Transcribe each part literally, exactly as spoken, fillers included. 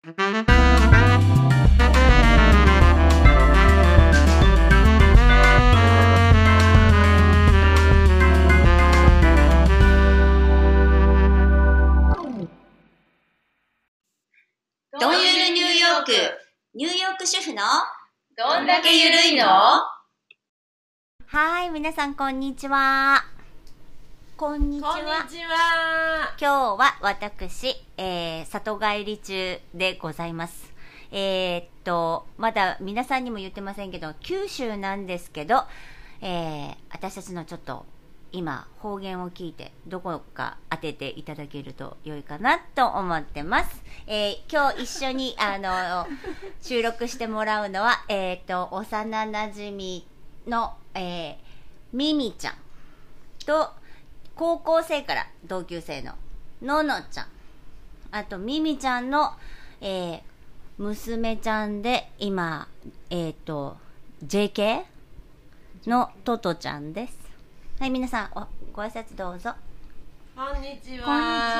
どんゆるニューヨーク、ニューヨーク主婦のどんだけゆるいの？ はい、皆さんこんにちは。こんにちは。 こんにちは。 今日は私、えー、里帰り中でございます。えー、っと、まだ皆さんにも言ってませんけど、九州なんですけど、えー、私たちのちょっと今方言を聞いてどこか当てていただけると良いかなと思ってます。えー、今日一緒にあの収録してもらうのは、えー、っと幼なじみの、えー、ミミちゃんと高校生から同級生のののちゃん、あとミミちゃんの、えー、娘ちゃんで今えっ、と ジェーケー のトトちゃんです。はい、皆さんおご挨拶どうぞ。 こんにちは。こんにちは。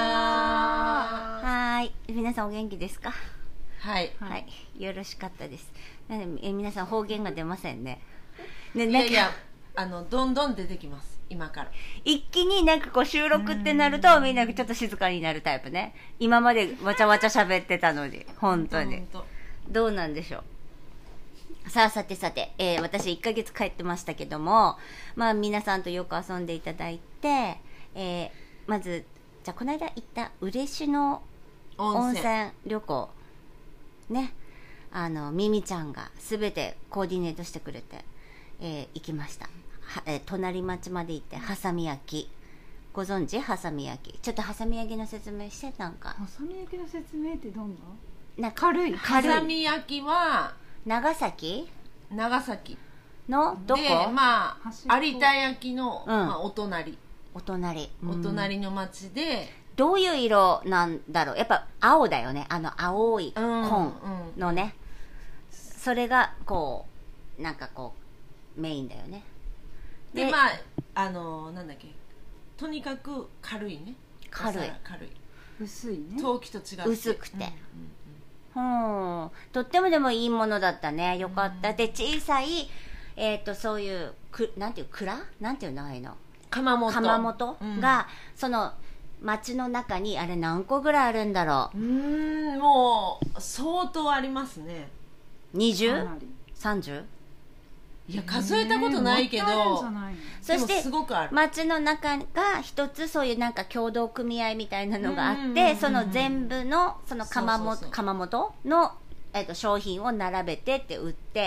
はい、皆さんお元気ですか？ はい、 はい、よろしかったです。なんでえ皆さん方言が出ませんね。ね、 いやいや、あのどんどん出てきます。今から一気になんかこう収録ってなるとみんなちょっと静かになるタイプね。今までわちゃわちゃ喋ってたのに本当にどうなんでしょう。さあさてさて、えー、私いっかげつ帰ってましたけども、まあ皆さんとよく遊んでいただいて、えー、まずじゃあこの間行った嬉野温泉旅行ね、あのミミちゃんがすべてコーディネートしてくれて、えー、行きました。はえー、隣町まで行ってはさみ焼き、ご存知はさみ焼き？ちょっとはさみ焼きの説明して。なんかはさみ焼きの説明ってどんな？ なんか軽いはさみ焼きは長崎長崎のどこ？ で、まあ有田焼の、 うん、 まあ、お隣お隣お隣の町で、 どういう色なんだろう。やっぱ青だよね。あの青いコーンのね、うんうん、それがこうなんかこうメインだよね。 で、でまああのなんだっけ、とにかく軽いね。 軽い軽い薄いね。 陶器と違って薄くて、うんうんうん、とってもでもいいものだったね。よかった、うん、で小さいえっ、ー、とそういうくなんていう蔵なんていうのああいうの窯元窯元が、うん、その町の中にあれ何個ぐらいあるんだろう。 うーん、もう相当ありますね。 にじゅう？さんじゅう？ いや数えたことないけど、 そして町の中が一つそういうなんか協同組合みたいなのがあって、その全部のその窯元窯元のえっと商品を並べてって売って、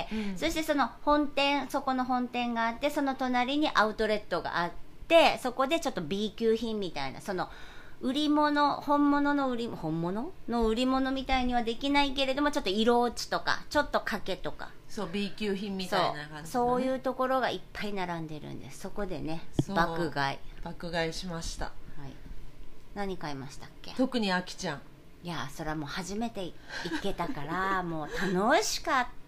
うん、そしてその本店、そこの本店があって、その隣にアウトレットがあって、そこでちょっと B 級品みたいな、その売り物、本物の売り本物の売り物みたいにはできないけれども、ちょっと色落ちとかちょっと掛けとか、 そう B 級品みたいな感じ、ね、 そう、そういうところがいっぱい並んでるんです。そこでね爆買い爆買いしました、はい、 何買いましたっけ？ 特にあきちゃん、 いやそれはもう初めて行けたからもう楽しかった。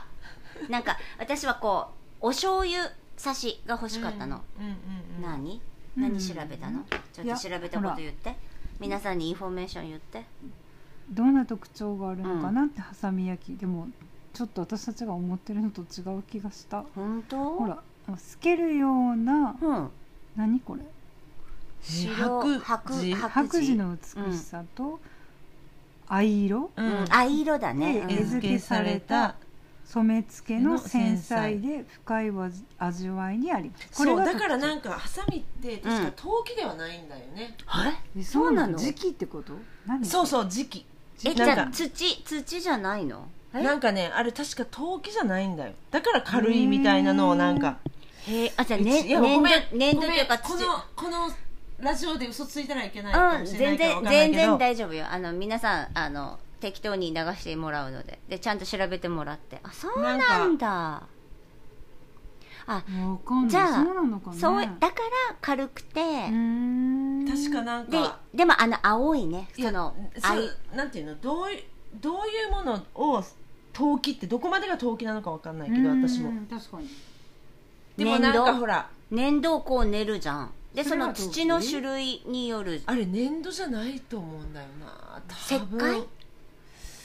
なんか私はこうお醤油差しが欲しかったの、うんうんうんうん、何何調べたの、うん、ちょっと調べたこと言って、皆さんにインフォメーション言って。 どんな特徴があるのかなって、はさみ焼きでもちょっと私たちが思ってるのと違う気がした。 本当？ ほら透けるような、うん、何これ、 白白磁白磁の美しさと、うん、藍色、 うん、藍色だね。 絵付けされた染め付けの繊細で深い味わいにあります。 これそうだからなんかハサミって確か陶器ではないんだよね、 うん、そうなの？ 磁器ってこと？何？ そうそう磁器。 え、じゃあ土土じゃないの？ なんかねあれ確か陶器じゃないんだよ。だから軽いみたいなのをなんか、 へえ、あ、じゃあね、粘土粘土というかこのこのラジオで嘘ついたらいけないかもしれないから分からないけど、 全然全然大丈夫よ。あの皆さんあの適当に流してもらうので、でちゃんと調べてもらって、あ、そうなんだ。あ、じゃあそうなのかね。そうだから軽くて、うーん、確かなんかででもあの青いね、そのそうなんていうの、どうどういうものを陶器ってどこまでが陶器なのかわかんないけど、私も確かに。 でもなんかほら粘土をこう練るじゃん。でその土の種類による。 あれ粘土じゃないと思うんだよな。 石灰？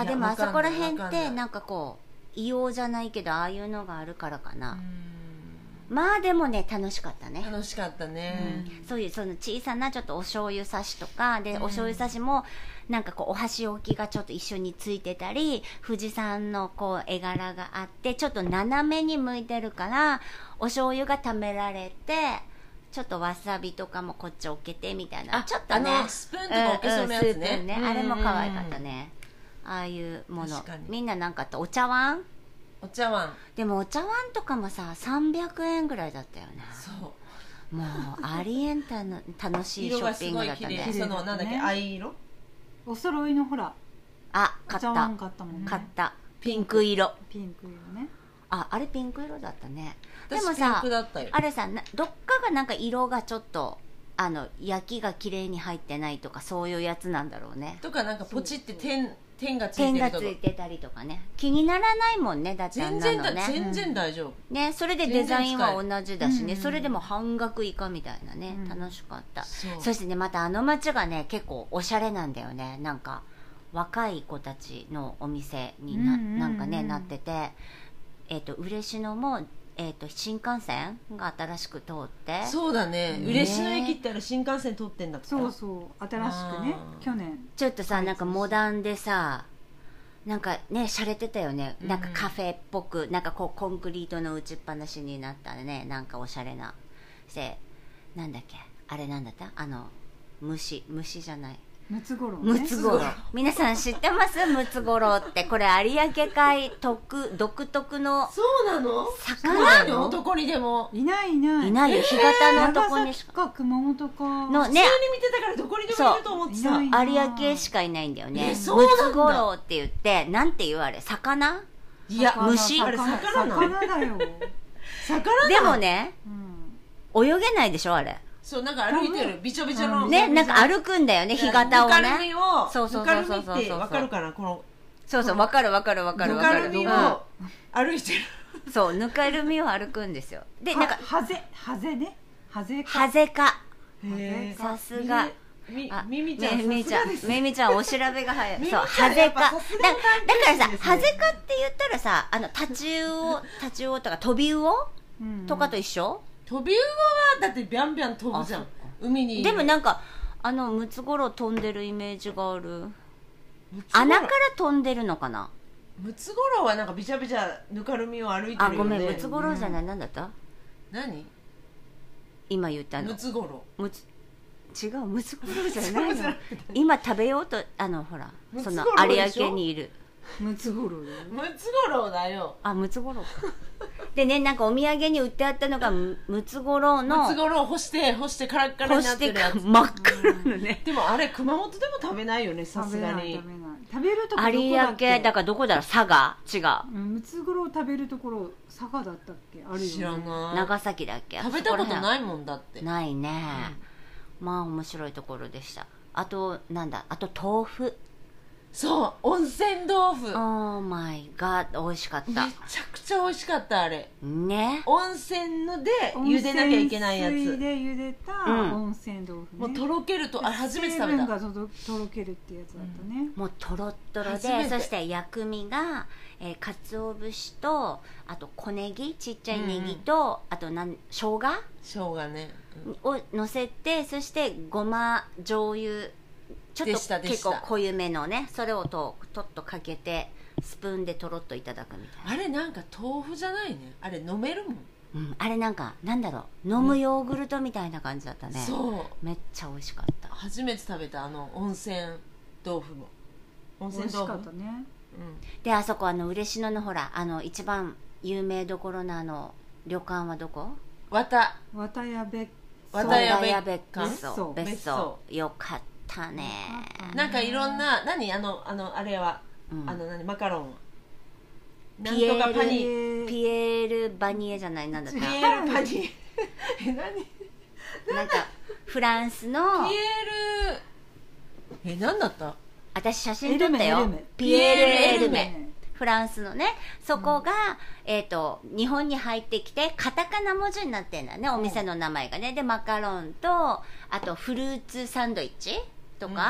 あでもあそこら辺ってななんかこう硫黄じゃないけどああいうのがあるからかな、 うんまあでもね楽しかったね。 楽しかったね、 うんそういうその小さなちょっとお醤油差しとかで、 うんお醤油差しもなんかこうお箸置きがちょっと一緒についてたり、富士山のこう絵柄があってちょっと斜めに向いてるからお醤油がためられて、ちょっとわさびとかもこっち置けてみたいな、 あちょっとねあのスプーンとか置けそうなやつね、 うんうんスープね、 うんうんうんあれも可愛かったね。ああいうもの確かにみんななんかあったお茶碗お茶碗、 でもお茶碗とかもささんびゃくえんぐらいだったよね。 そうもうありえんたの楽しいショッピングだった色がすごい綺麗、 ね。 そのなんだっけ、 ね藍色、 お揃いのほらあお買った茶碗買ったもんね。 買ったピンク色、 ピンク色ね。 ああれピンク色だったね。で私ピンもさクだったよ。 あれさなどっかがなんか色がちょっとあの焼きが綺麗に入ってないとかそういうやつなんだろうね。 とかなんかポチって点点がついて点がるとかついてたりとかね、気にならないもんね。だってあん全然だ、 なのね全然大丈夫、 ね、それでデザインは同じだしね、 うんそれでも半額以下みたいなね、 うん楽しかった。 そうそしてねまたあの街がね結構おしゃれなんだよね。なんか若い子たちのお店にな,、 うんうんうんなんかねなってて、えっ、と嬉野も、えー、と新幹線が新しく通ってそうだね、 ね嬉野駅ってあれ新幹線通ってんだったそうそう新しくねあー去年。 ちょっとさはいなんかモダンでさなんかね洒落てたよね、 うんなんかカフェっぽくなんかこうコンクリートの打ちっぱなしになったね、なんかおしゃれなしてなんだっけあれなんだったあの虫虫じゃないムツゴロウね。 ムツゴロウ、皆さん知ってますムツゴロウって。これ有明海特独特のそうなの、 魚そうなの、どこにでもいないいない。 いないよ、干潟のとこにしか長崎か熊本か。 のね普通に見てたからどこにでもいると思ってさ、 そういない有明しかいないんだよね。 えそうなんだムツゴロウって言ってなんて言うあれ魚いや魚虫あれ魚なの、 魚だよ。 魚でなのもねうん。 泳げないでしょあれそうなんか歩いてるびちょびちょの、 ね、なんか歩くんだよね、干潟をぬかるみね。 をそうそうぬかそうそうそうるみってわかるかな、このそうそう、わかるわかるわかるぬわかる。 かるみを歩いてる、 うんそう、ぬかるみを歩くんですよ。で、なんか、 ハゼハゼね。ハゼか。 ハゼか。 へーさすが。 みあみみちゃん、 めみみちゃんさすがですめみちゃんお調べが早い。そう、 みみちゃんハゼか。だだやっぱさすがのからさ、 ですねハゼかって言ったらさ、あの、タチウオ、タチウオとかトビウオうんとかと一緒飛び魚はだってビャンビャン飛ぶじゃんあそっか海に。 でもなんか、あの、ムツゴロウ飛んでるイメージがある。 ムツゴロウ穴から飛んでるのかな。 ムツゴロウはなんかびちゃびちゃぬかるみを歩いてるよね。 あ、ごめん、ムツゴロウじゃない、なんだった何？ 今言ったのム。ツゴロムツ違う、ムツゴロウじゃないの。今食べようと、あの、ほら、 ムツそのゴロウでしょ有明にいる。 ムツゴロウだよウ。ムツゴロウだよ。 あ、ムツゴロウか。でね、なんかお土産に売ってあったのが、ムムツゴロウの、 ムツゴロウ干して干してカラッカラにな干してってるやつ。 真っ黒のね。 でもあれ熊本でも食べないよね、さ食べないすがに食べない。食べるとこどこ有だっけ。 明、だからどこだろう、佐賀違う。 うんムツゴロウ食べるところ佐賀だったっけあるよね。 知らない。 長崎だっけ。 食べたこといないもんだって。 ないね、まあ面白いところでした。あとなんだあと豆腐。 そう、温泉豆腐。 オーマイガー美味しかっためちゃくちゃ美味しかったあれ。 ね。 温泉ので茹でなきゃいけないやつ。 温泉水で茹でたうん温泉豆腐ね。 もうとろけると、あれ初めて食べた。 成分がとどとろけるってやつだったね。 もうとろっとろで、 初めてそして薬味が、えー、かつお節とあと小ネギちっちゃいネギと、あとなん生姜生姜ね。うんを乗せて、そしてごま醤油ちょっでとしたでした結構濃ゆめのね、それをととっとかけてスプーンでとろっといただくみたいな。 あれなんか豆腐じゃないね。あれ飲めるもん。 うん、あれなんかなんだろう、飲むヨーグルトみたいな感じだったね。 そう。 めっちゃ美味しかった。 初めて食べたあの温泉豆腐も。温美味し泉豆腐。 かったね。 うん。 であそこあの嬉野のほらあの一番有名どころのあの旅館はどこ？ わた。 綿屋別綿綿屋屋別別荘。別別荘荘よかったね。 なんかいろんな、何あの、あの、あれは、 うんあの、何マカロンは。なんピエールとかパニ、 ピエール・バニエじゃない、なんだったピエールパニ。え、何なんかフランスのピエール、え、何だった私写真撮ったよエルメ。 ピエール・エルメ。 メ。 フランスのね、そこが、えっ、と、日本に入ってきて、カタカナ文字になってんだね、お店の名前がね。で、マカロンと、あとフルーツサンドイッチとか、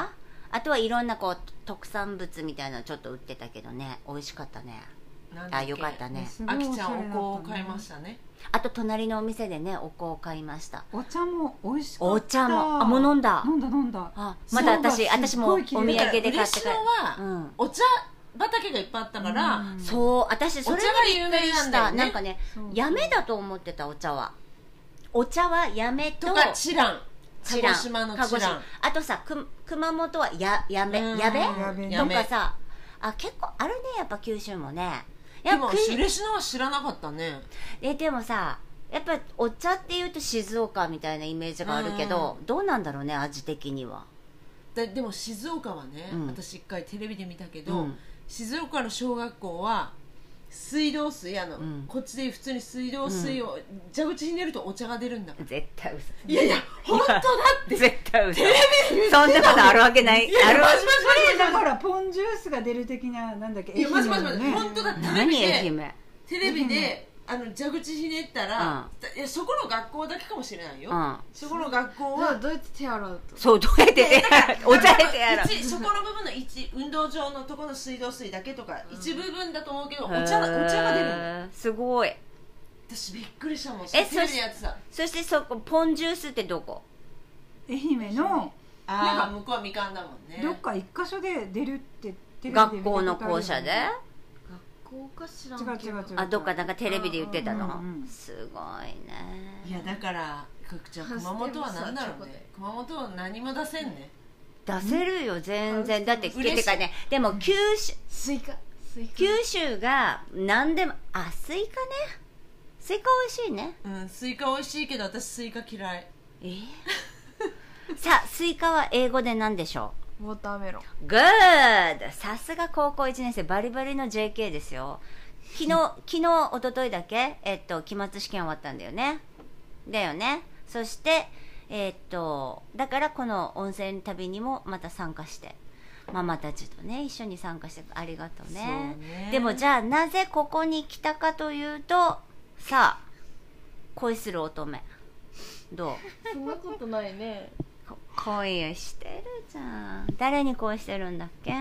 あとはいろんなこう特産物みたいなのちょっと売ってたけどね、美味しかったね。 なんだっけあ、よかったね。 すごいあきちゃんおしゃれだったねお香を買いましたね。 あと隣のお店でね、お香を買いました。 お茶も美味しかった。 お茶も、あ、もう飲んだ。 飲んだ飲んだ。 あ、まだ私、 そうだ私もお土産で買って帰嬉野は、 うんお茶畑がいっぱいあったから、 うんそう、私それがびっくりした。 お茶が有名なんだよねなんかねそうそう、 やめだと思ってた、お茶は。お茶はやめととかチラン、鹿チラン児島の鹿児島チラン、 あとさ、く熊本はややめうんやべやべとかさ、あ、結構あるね、やっぱ九州もね。いでもくい嬉野は知らなかったね。 えでもさ、やっぱお茶っていうと静岡みたいなイメージがあるけど、どうなんだろうね、味的には。 ででも静岡はね、 うん私一回テレビで見たけど、 うん静岡の小学校は水道水、あの、 うんこっちで普通に水道水を、蛇口ひねるとお茶が出るんだから。 絶対嘘。 いやいや本当だって絶対嘘。 テレビで言ってたそんなことあるわけない。あるわマジマジマジだからポンジュースが出る的な、なんだっけ、 いやマジマジマジ、 愛媛のね本当だテレビ何愛で媛。 テレビであの蛇口ひねったら、いやそこの学校だけかもしれないよ、 うん。 そこの学校じゃあはどうやって手洗うとそう、どうやって手洗うお茶で手洗う。 一そこの部分の一運動場のところの水道水だけとか、一部分だと思うけどお茶お茶が出るの。 へーすごい。 私びっくりしたもん。 えテレビでやってた。 そしてそこポンジュースってどこ？ 愛媛のああ向こうはみかんだもんね。 どっか一箇所で出るってテレビで見た学ことあるよね校の校舎で？ 学校かしらんけど違う違う違うあ、どっかなんかテレビで言ってたのうんうんうん。 すごいね。 いやだからじゃあ熊本は何だろうね。熊本は何も出せんね。 出せるよ全然。だって嬉しいてかね、でも九州スイカスイカ九州が何でも、あ、スイカね。スイカ美味しいね。 うんスイカ美味しいけど私スイカ嫌い。 えーさあ、スイカは英語で何でしょう？ ウォーターメロン。 グッド。さすが高校いちねん生、バリバリの ジェーケー ですよ。昨日昨日一昨日だけ、えっと期末試験終わったんだよね。だよね。そしてえっとだからこの温泉旅にもまた参加して、ママたちとね一緒に参加してありがとうね。 そうねでもじゃあなぜここに来たかというと、さあ恋する乙女どう？ そんなことないね。 こ恋をしてるじゃん。誰に恋してるんだっけ？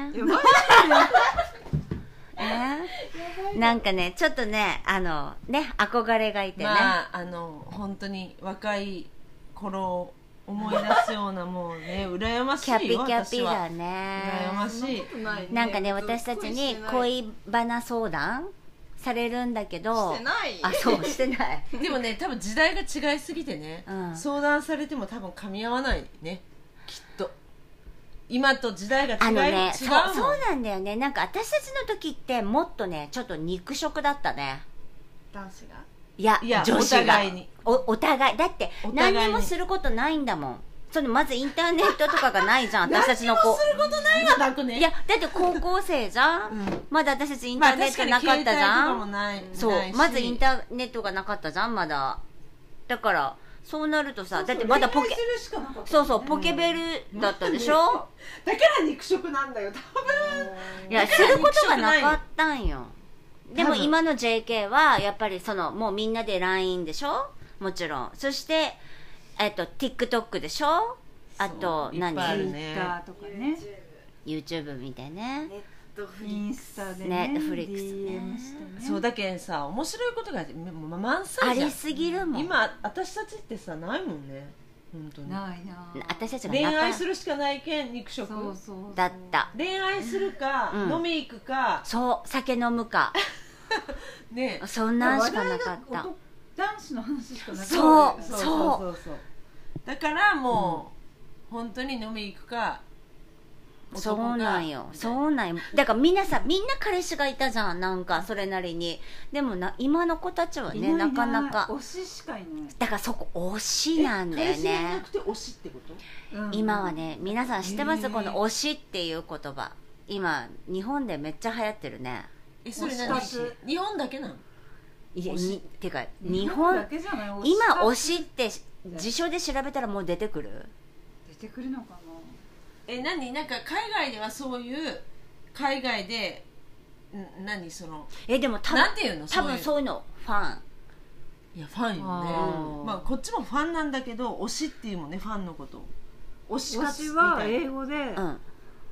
えなんかねちょっとねあのね憧れがいてね、 まああの本当に若い頃を思い出すようなもうね羨ましいよ。 キャピキャピ私はだね。 羨ましい。 そんなことないね。 なんかね私たちに恋バナ相談されるんだけど、 してない。 あ、そうしてないでもね多分時代が違いすぎてね、 うん相談されても多分噛み合わないねきっと。今と時代が違いあのね、 違そううもん。 そうなんだよね。なんか私たちの時ってもっとねちょっと肉食だったね。 男子が。 いや、 いや女子がお互いにおお互いだってお互いに何にもすることないんだもん。そのまずインターネットとかがないじゃん私たちの子。 することないわなくね。 いやだって高校生じゃん、 うんまだ私たちインタまあーネッ確かにトなかったじゃん、 携帯とかもないそうないしまずインターネットがなかったじゃんまだ。だからそうなるとさ、だってまだポケ恋愛するしかなかったねそうそうポケベルだったでしょ、 だから肉食なんだよ多分。 いやすることがなかったんよ。でも今の ジェーケー はやっぱりそのもうみんなで ライン でしょもちろん。そしてえっと TikTok でしょ、あと何いっぱいある Twitter ねとかね YouTube 見てね、 ネットフリインスタでねネットフリックスねディーエム してねそうだけんさ面白いことがま満載じゃん。 ありすぎるもん。 今私たちってさないもんね本当に。 ないな私たちが恋愛仲するしかないけん肉食。 そうそうそうだった。 恋愛するか、 うん飲み行くかそう酒飲むかね。 そんなんしかなかった。 話題が男男子の話しかなかったそうそうそうそうそう。だからもう、本当に飲み行くか。 そうなんよ。 う。 そうなんよ。だからみんなさ、みんな彼氏がいたじゃん、なんかそれなりに。でもな今の子たちはね、なかなか。 推ししかいないだからそこ推しなんだよ彼氏じゃなねく。て推しってこと？ うん今はね、皆さん知ってます、 へーこの推しっていう言葉。今日本でめっちゃ流行ってるね。 えそれ推何？ し活日本だけなの？ いや推しにてか日日本だ本けじゃない今推ししって辞書で調べたらもう出てくる。 出てくるのかえ何なんか海外ではそういう海外でん何そのえでも多分なんていうの多分そういうのファン。 いやファンよね。 あーまあこっちもファンなんだけど推しっていうもんねファンのこと。推しな推活みしはたいな。 英語でうん。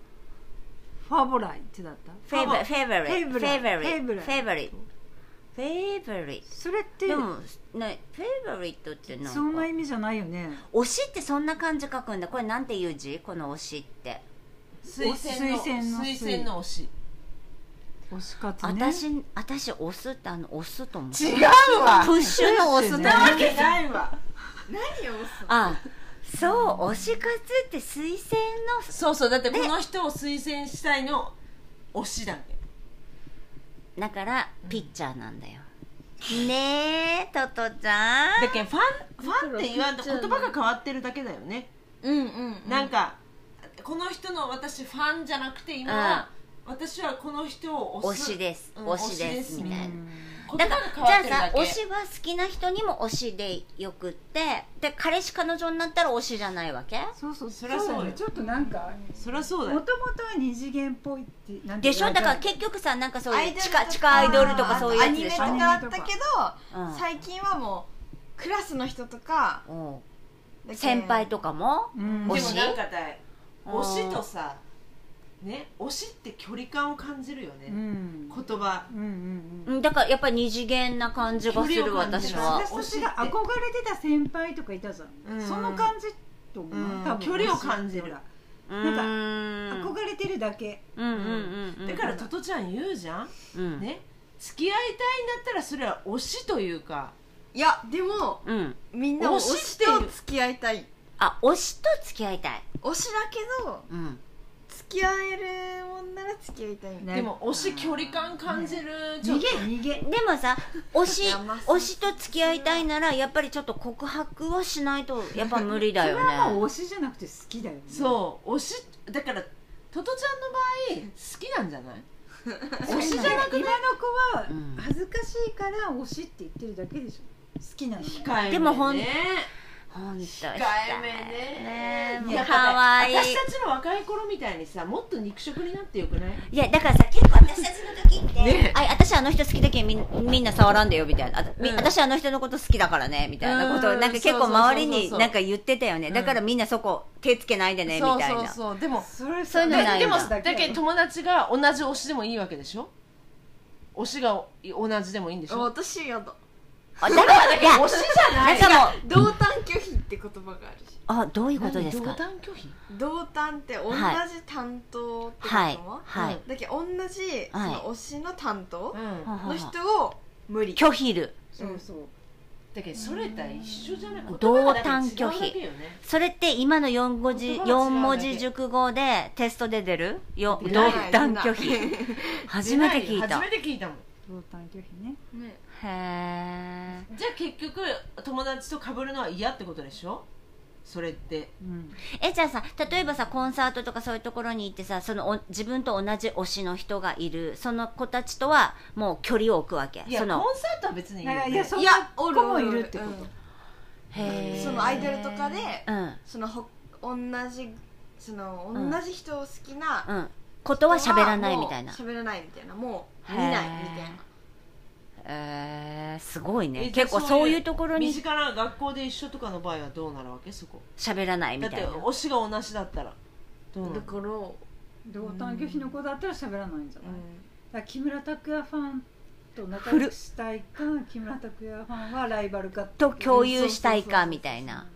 ファボライってだったフェイバリフェイバリフェイフェイバリブライフェイバリフェイバリフェイバリそれってでもねフェイバリットってなんそんなか意味じゃないよね。 推しってそんな漢字書くんだ。これなんていう字？この推しって推薦の推薦の推薦の推し。 推し活ね。 私私押すってあの押すと思う。 違うわ。 プッシュの押すとね思う。 わけないわ。 何を押すの？ あ、そう推し活って推薦のそうそう、だってこの人を推薦したいの推しだけ。 だからピッチャーなんだよ。ねえトトちゃん。 だけどファンファンって言わんと言葉が変わってるだけだよね。 うんうんうん。 なんかこの人の私ファンじゃなくて今は私はこの人を推推すしです、 うん推しですみたいな。 うん言葉だがからじゃあさ変わってるだけ。 推しは好きな人にも推しでよくってで彼氏彼女になったら推しじゃないわけそうそうそりゃそうよだね。ちょっとなんかそりゃそうだよ。 もともとは二次元っぽいってなんてでしょ。だからけ結局さなんかそういう地アイドルとか下地下アイドルとかそういうやつでしょ。 アニメとかあったけど、 うん最近はもうクラスの人とかうん先輩とかもうんでも推しなんかだいうん推しとさね推しって距離感を感じるよね、 うん言葉うんうんううんんだからやっぱり二次元な感じがする距離を感じる私は。 私たちが憧れてた先輩とかいたじゃん、 うんその感じと思う、 うん多分距離を感じるほらうなんかーん憧れてるだけ。 うんうんうんうんだからトトちゃん言うじゃん、 うんね付き合いたいんだったらそれは推しというかいやでもうんみんな推推ししっていうと付き合いたい。 あ推しと付き合いたい。 推しだけどうん付き合えるもんなら付き合いたいみたいな。 ねでも推し距離感感じる、ちょ逃っとげ逃げでもさ推しいやまあそう推しと付き合いたいならやっぱりちょっと告白はしないとやっぱ無理だよそれはもね。 う推しじゃなくて好きだよね。 そう推しだからトトちゃんの場合好きなんじゃない推しじゃなく今の子はうん恥ずかしいから推しって言ってるだけでしょ。好きなの。 控えめねでもほんほんと控えめねねもういやかわいい。 私たちの若い頃みたいにさもっと肉食になってよくないいやだからさ結構私たちの時って、 ねあ私あの人好きだけどみんみんな触らんでよみたいなあみうん私あの人のこと好きだからねみたいなことをうんなんか結構そうそうそうそう周りになんか言ってたよね。だからみんなそこ手つけないでねみたいな。 そうそうそうでもそれそういうのないんだでもだだけど友達が同じ推しでもいいわけでしょ推しが同じでもいいんでしょ私やだ。 あだからいや推しじゃないなんかもう同担拒否って言葉があるし。 あどういうことです同か。 担拒否同担って同じ担当ってことはいも、 はいだけど同じその推しの担当うんの人を無理。 拒否る。 そうそう。 だけどそれとは一緒じゃない同担拒否言葉がだけ違うだけよねそれって今の四文字言葉が違うだけ四文字熟語でテストで出るよ同出ない担拒否初めて聞いた。 初めて聞いたもん同担拒否ね。 ね。 へーじゃあ結局友達と被るのは嫌ってことでしょそれってうん。 えじゃあさ例えばさコンサートとかそういうところに行ってさそのお自分と同じ推しの人がいるその子たちとはもう距離を置くわけ。 いやコンそのサートは別にいいよ、ね、 いやそんいやな子おるもいるってこと。 へーそのアイドルとかでうんそのほ同じそのうん同じ人を好きなうんことは喋らないみたいな。 もう喋らないみたいなもうへー見ないみたいな。 えー、すごいねえじゃあ結構そういうところに身近な学校で一緒とかの場合はどうなるわけそこ喋らないみだったていな。 推しが同じだったらどうなるだから、 同担拒否の子だったら喋らないんじゃない。だから木村拓哉ファンと仲良くしたいか、木村拓哉ファンはライバルかと共有したいかそうそうそうそうみたいな。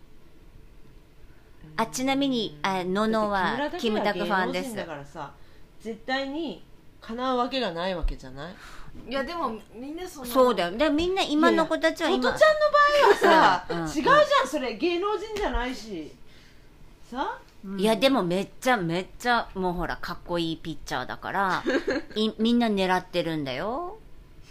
あちなみにあののはキムタクファンです。 だからさ絶対に叶うわけがないわけじゃないいやでもみんなそのそうだよ。でみんな今の子たちは今トトちゃんの場合はさ、 うんうん違うじゃんそれ芸能人じゃないしさうんいやでもめっちゃめっちゃもうほらかっこいいピッチャーだからいみんな狙ってるんだよ。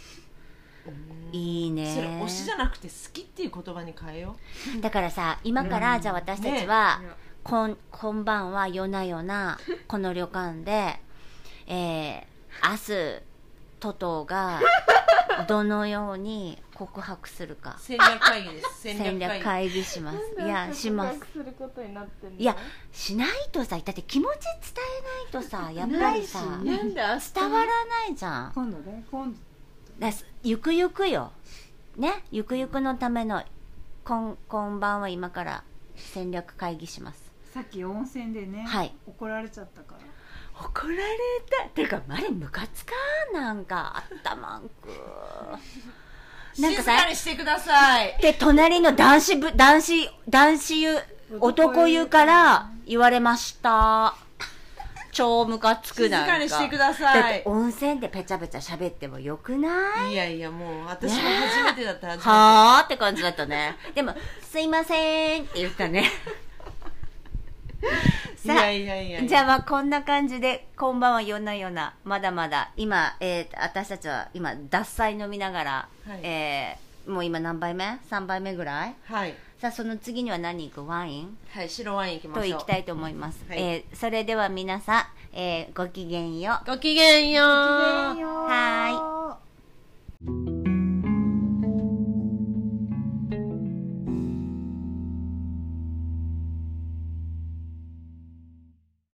いいね。 それ推しじゃなくて好きっていう言葉に変えよだからさ今からうんじゃあ私たちは、 ねこんこんばんは夜な夜なこの旅館で、えー、明日トトがどのように告白するかう戦略会議です戦戦略略会議会議します。いやします。 することになってんのいやしないとさだって気持ち伝えないとさやっぱりさないしなんで明日伝わらないじゃん。 今度ね今度だすゆくゆくよねゆくゆくのためのこんこんばんは今から戦略会議します。 さっき温泉でね、 はい怒られちゃったから怒られたていうかマリムカつかなんかあったまんくなんか静かさにしてください。 で隣の男子部男子男子湯男湯から言われました超ムカつくなんか静かにしてください。 だって温泉でペチャペチャ喋ってもよくないいやいや、もう私も初めてだった、初めて。 はーって感じだったねでもすいませんって言ったねいやいやいやいや。 じゃあまあこんな感じでこんばんはよなよなまだまだ今、えー、私たちは今獺祭飲みながら、 はいえー、もう今何杯目 ?さん 杯目ぐらいはい。 さあその次には何行くワインはい、白ワイン行きましょう。 と行きたいと思います、 はいえー、それでは皆さん、えー、ごきげんようごきげんよう。 ごきげんようはーい